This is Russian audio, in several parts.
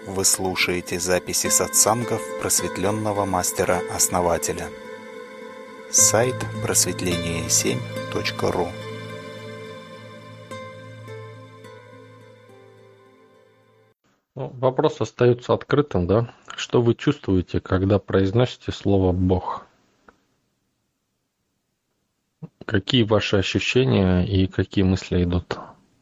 Вы слушаете записи сатсангов просветленного мастера-основателя. Сайт просветление7.ру. Вопрос остается открытым, да? Что вы чувствуете, когда произносите слово «Бог»? Какие ваши ощущения и какие мысли идут?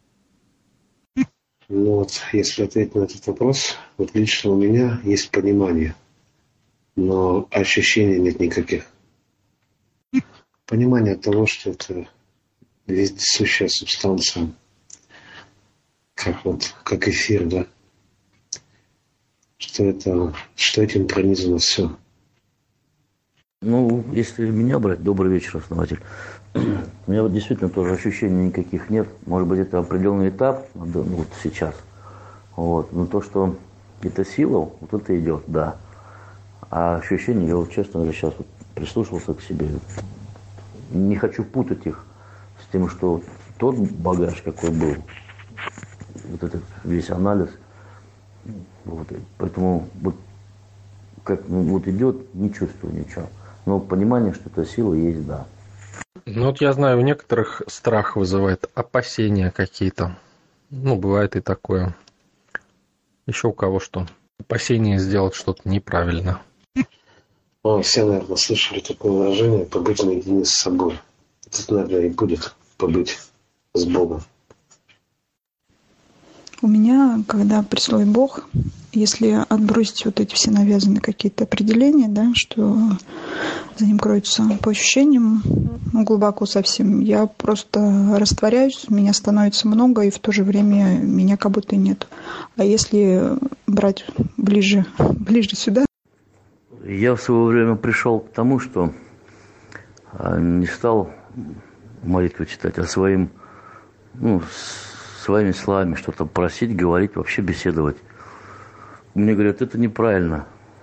Ну вот, если ответить на этот вопрос, вот лично у меня есть понимание, но ощущений нет никаких. Понимание того, что это вездесущая субстанция, как эфир, да, что этим пронизано все. Ну, если меня брать, добрый вечер, основатель. У меня вот действительно тоже ощущений никаких нет. Может быть, это определенный этап, вот сейчас. Вот. Но то, что это сила, вот это идет, да. А ощущения, я вот честно говоря, сейчас вот прислушался к себе. Не хочу путать их с тем, что тот багаж, какой был, вот этот весь анализ. Вот. Поэтому вот как вот идет, не чувствую ничего. Но понимание, что это сила есть, да. Ну вот я знаю, у некоторых страх вызывает опасения какие-то. Ну, бывает и такое. Еще у кого что? Опасение сделать что-то неправильно. Все, наверное, слышали такое выражение «побыть наедине с собой». Это, наверное, и будет побыть с Богом. У меня, когда при слове «Бог», если отбросить вот эти все навязанные какие-то определения, да, что за ним кроется по ощущениям, глубоко совсем, я просто растворяюсь, меня становится много, и в то же время меня как будто нет. А если брать ближе сюда? Я в свое время пришел к тому, что не стал молитву читать, а своими словами что-то просить, говорить, вообще беседовать. Мне говорят, это неправильно.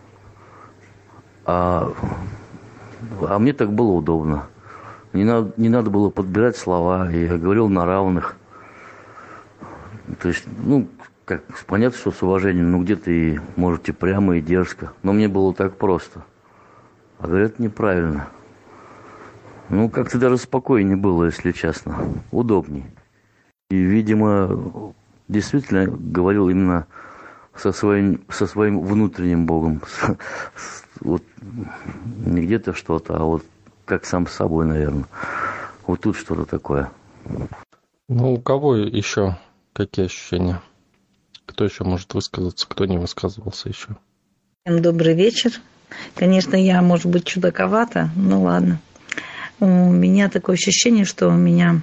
А мне так было удобно. Не надо было подбирать слова, я говорил на равных. То есть, понятно, что с уважением, где-то и, может, и прямо, и дерзко. Но мне было так просто. А говорят, неправильно. Как-то даже спокойнее было, если честно. Удобней. И, видимо, действительно говорил именно со своим внутренним Богом. Вот не где-то что-то, а вот как сам с собой, наверное. Вот тут что-то такое. У кого еще какие ощущения? Кто еще может высказаться, кто не высказывался еще? Добрый вечер. Конечно, я, может быть, чудаковата, но ладно. У меня такое ощущение, что у меня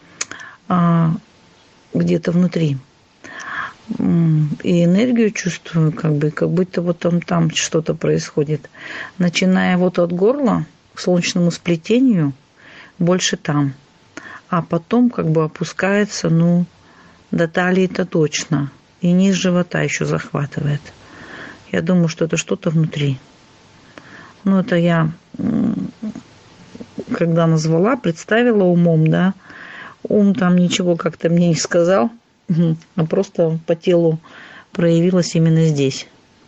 где-то внутри. И энергию чувствую, как будто вот там что-то происходит. Начиная вот от горла к солнечному сплетению, больше там. А потом опускается, до талии-то точно. И низ живота еще захватывает. Я думаю, что это что-то внутри. Это я, когда назвала, представила умом, да. Ум там ничего как-то мне не сказал, а просто по телу проявилось именно здесь.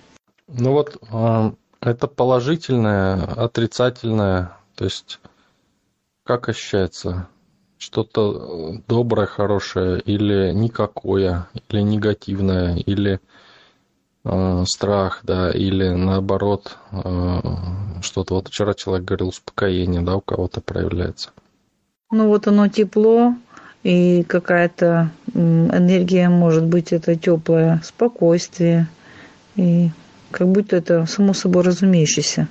Это положительное, отрицательное, то есть как ощущается? Что-то доброе, хорошее, или никакое, или негативное, или страх, да, или наоборот, что-то. Вот вчера человек говорил, успокоение, да, у кого-то проявляется. Оно тепло, и какая-то энергия, может быть, это теплое спокойствие, и как будто это само собой разумеющееся,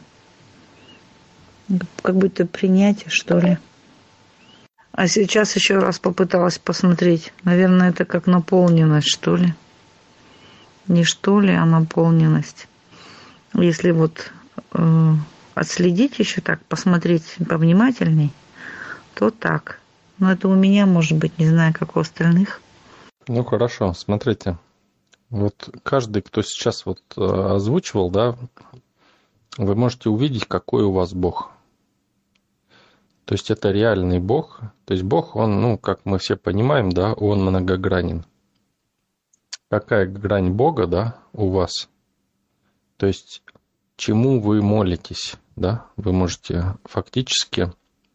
как будто принятие, что ли. А сейчас еще раз попыталась посмотреть. Наверное, это как наполненность, что ли. Не что ли, а наполненность. Если отследить еще так, посмотреть повнимательней, то так. Но это у меня, может быть, не знаю, как у остальных. Хорошо, смотрите. Вот каждый, кто сейчас озвучивал, да, вы можете увидеть, какой у вас Бог. То есть это реальный Бог. То есть Бог, он, как мы все понимаем, да, он многогранен. какая грань Бога, да, у вас. То есть, чему вы молитесь, да, вы можете фактически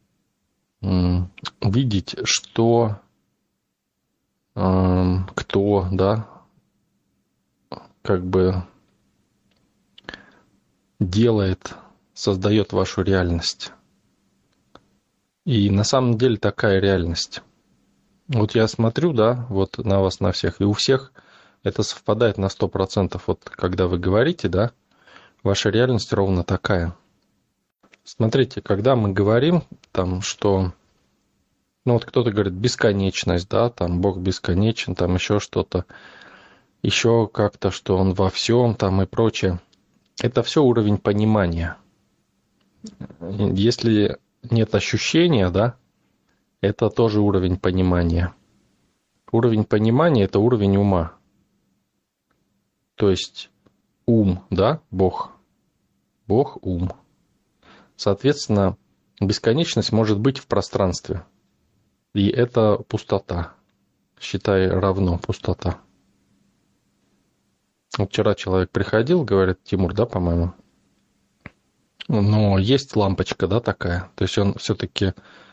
видеть, что, кто, да, как бы делает, создает вашу реальность. И на самом деле такая реальность. Вот я смотрю, да, вот на вас, на всех, и у всех это совпадает на 100%. Вот когда вы говорите, да, ваша реальность ровно такая. Смотрите, когда мы говорим, там, что, ну вот кто-то говорит бесконечность, да, там Бог бесконечен, там еще что-то, еще как-то, что Он во всем, там и прочее. Это все уровень понимания. Если нет ощущения, да, это тоже уровень понимания. Уровень понимания – это уровень ума. То есть ум, да, Бог. Бог – ум. Соответственно, бесконечность может быть в пространстве. И это пустота. Считай, равно пустота. Вот вчера человек приходил, говорит, Тимур, да, по-моему? Но есть лампочка, да, такая. То есть он все-таки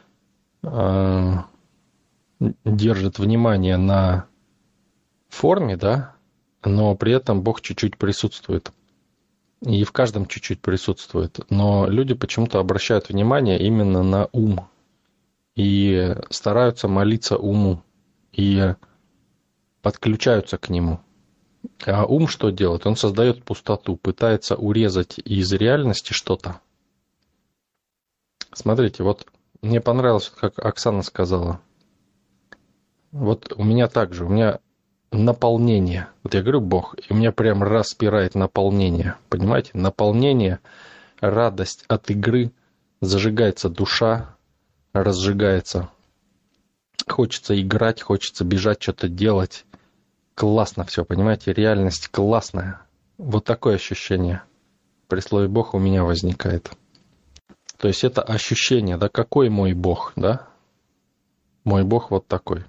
держит внимание на форме, да, но при этом Бог чуть-чуть присутствует. И в каждом чуть-чуть присутствует. Но люди почему-то обращают внимание именно на ум. И стараются молиться уму. И подключаются к нему. А ум что делает? Он создает пустоту, пытается урезать из реальности что-то. Смотрите, вот мне понравилось, как Оксана сказала. Вот у меня также, у меня наполнение. Вот я говорю Бог, и у меня прям распирает наполнение. Понимаете? Наполнение, радость от игры, зажигается душа, разжигается. Хочется играть, хочется бежать, что-то делать. Классно все, понимаете? Реальность классная. Вот такое ощущение при слове Бог у меня возникает. То есть это ощущение, да, какой мой Бог, да? Мой Бог вот такой.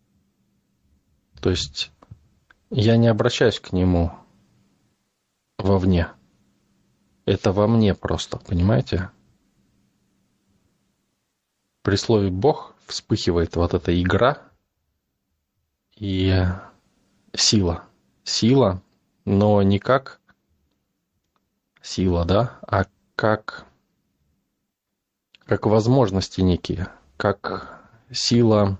То есть я не обращаюсь к Нему вовне. Это во мне просто, понимаете? При слове Бог вспыхивает вот эта игра и сила. Сила, но не как сила, да, а как возможности некие, как сила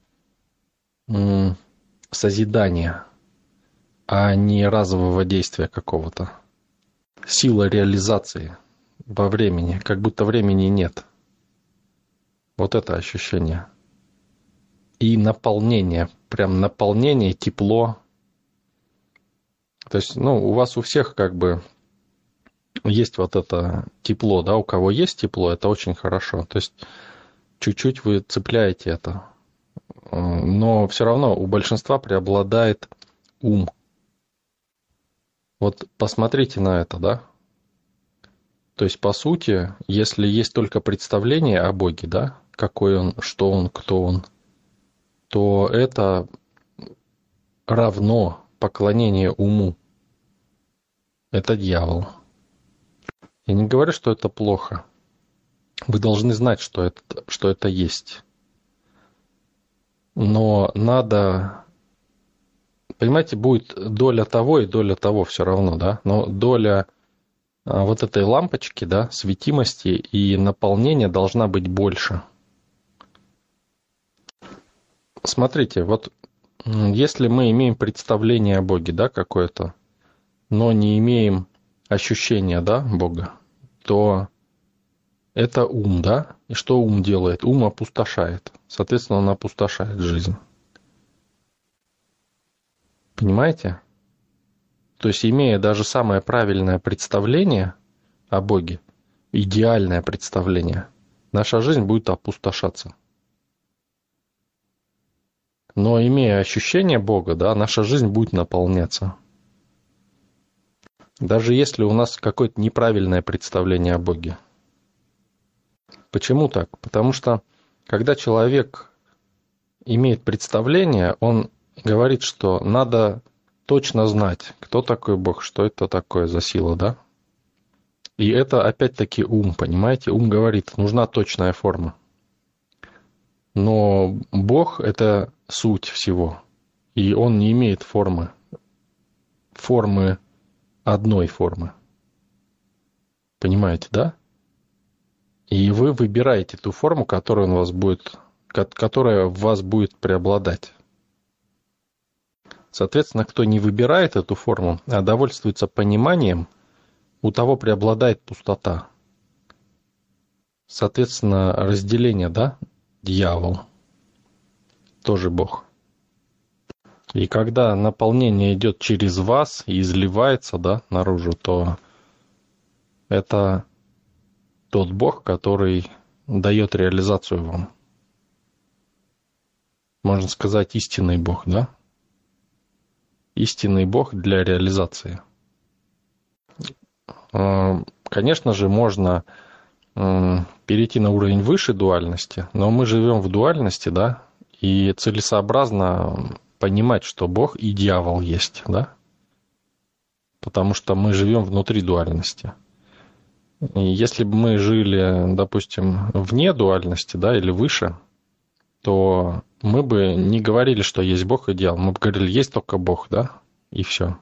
созидания, а не разового действия какого-то. Сила реализации во времени, как будто времени нет. Вот это ощущение. И наполнение, прям наполнение, тепло. То есть, у вас у всех как бы есть вот это тепло, да, у кого есть тепло, это очень хорошо. То есть, чуть-чуть вы цепляете это. Но все равно у большинства преобладает ум. Вот посмотрите на это, да. То есть, по сути, если есть только представление о Боге, да, какой Он, что Он, кто Он, то это равно поклонение уму. Это дьявол. Я не говорю, что это плохо. Вы должны знать, что это есть. Но надо... Понимаете, будет доля того и доля того все равно, да? Но доля вот этой лампочки, да, светимости и наполнения должна быть больше. Смотрите, вот если мы имеем представление о Боге, да, какое-то, но не имеем ощущения, да, Бога, то это ум, да? И что ум делает? Ум опустошает. Соответственно, он опустошает жизнь. Понимаете? То есть, имея даже самое правильное представление о Боге, идеальное представление, наша жизнь будет опустошаться. Но имея ощущение Бога, да, наша жизнь будет наполняться. Даже если у нас какое-то неправильное представление о Боге. Почему так? Потому что, когда человек имеет представление, он говорит, что надо точно знать, кто такой Бог, что это такое за сила, да? И это опять-таки ум, понимаете? Ум говорит, нужна точная форма. Но Бог – это суть всего. И Он не имеет формы одной формы. Понимаете, да? И вы выбираете ту форму, которая в вас будет преобладать. Соответственно, кто не выбирает эту форму, а довольствуется пониманием, у того преобладает пустота. Соответственно, разделение, да? Дьявол. Тоже Бог. И когда наполнение идет через вас и изливается, да, наружу, то это тот Бог, который дает реализацию вам. Можно сказать, истинный Бог, да? Истинный Бог для реализации. Конечно же, можно перейти на уровень выше дуальности, но мы живем в дуальности, да, и целесообразно понимать, что Бог и дьявол есть, да, потому что мы живем внутри дуальности. И если бы мы жили, допустим, вне дуальности, да, или выше, то мы бы не говорили, что есть Бог и дьявол. Мы бы говорили, есть только Бог, да, и все.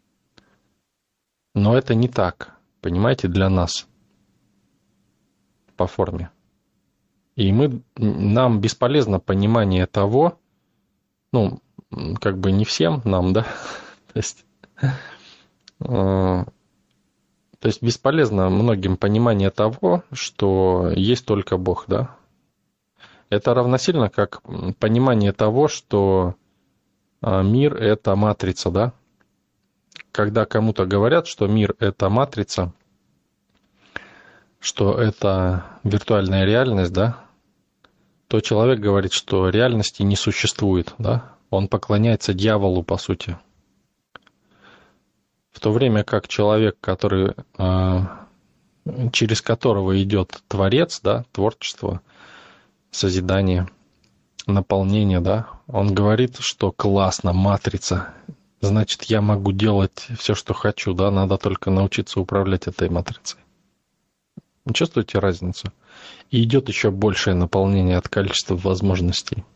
Но это не так. Понимаете, для нас по форме. И нам бесполезно понимание того, ну, как бы не всем нам, да, то есть бесполезно многим понимание того, что есть только Бог, да. Это равносильно как понимание того, что мир – это матрица, да. Когда кому-то говорят, что мир – это матрица, что это виртуальная реальность, да, то человек говорит, что реальности не существует, да, он поклоняется дьяволу, по сути. В то время как человек, через которого идет Творец, да, творчество, созидание, наполнение, да, он говорит, что классно, матрица, значит, я могу делать все, что хочу, да, надо только научиться управлять этой матрицей. Чувствуете разницу? И идет еще большее наполнение от количества возможностей.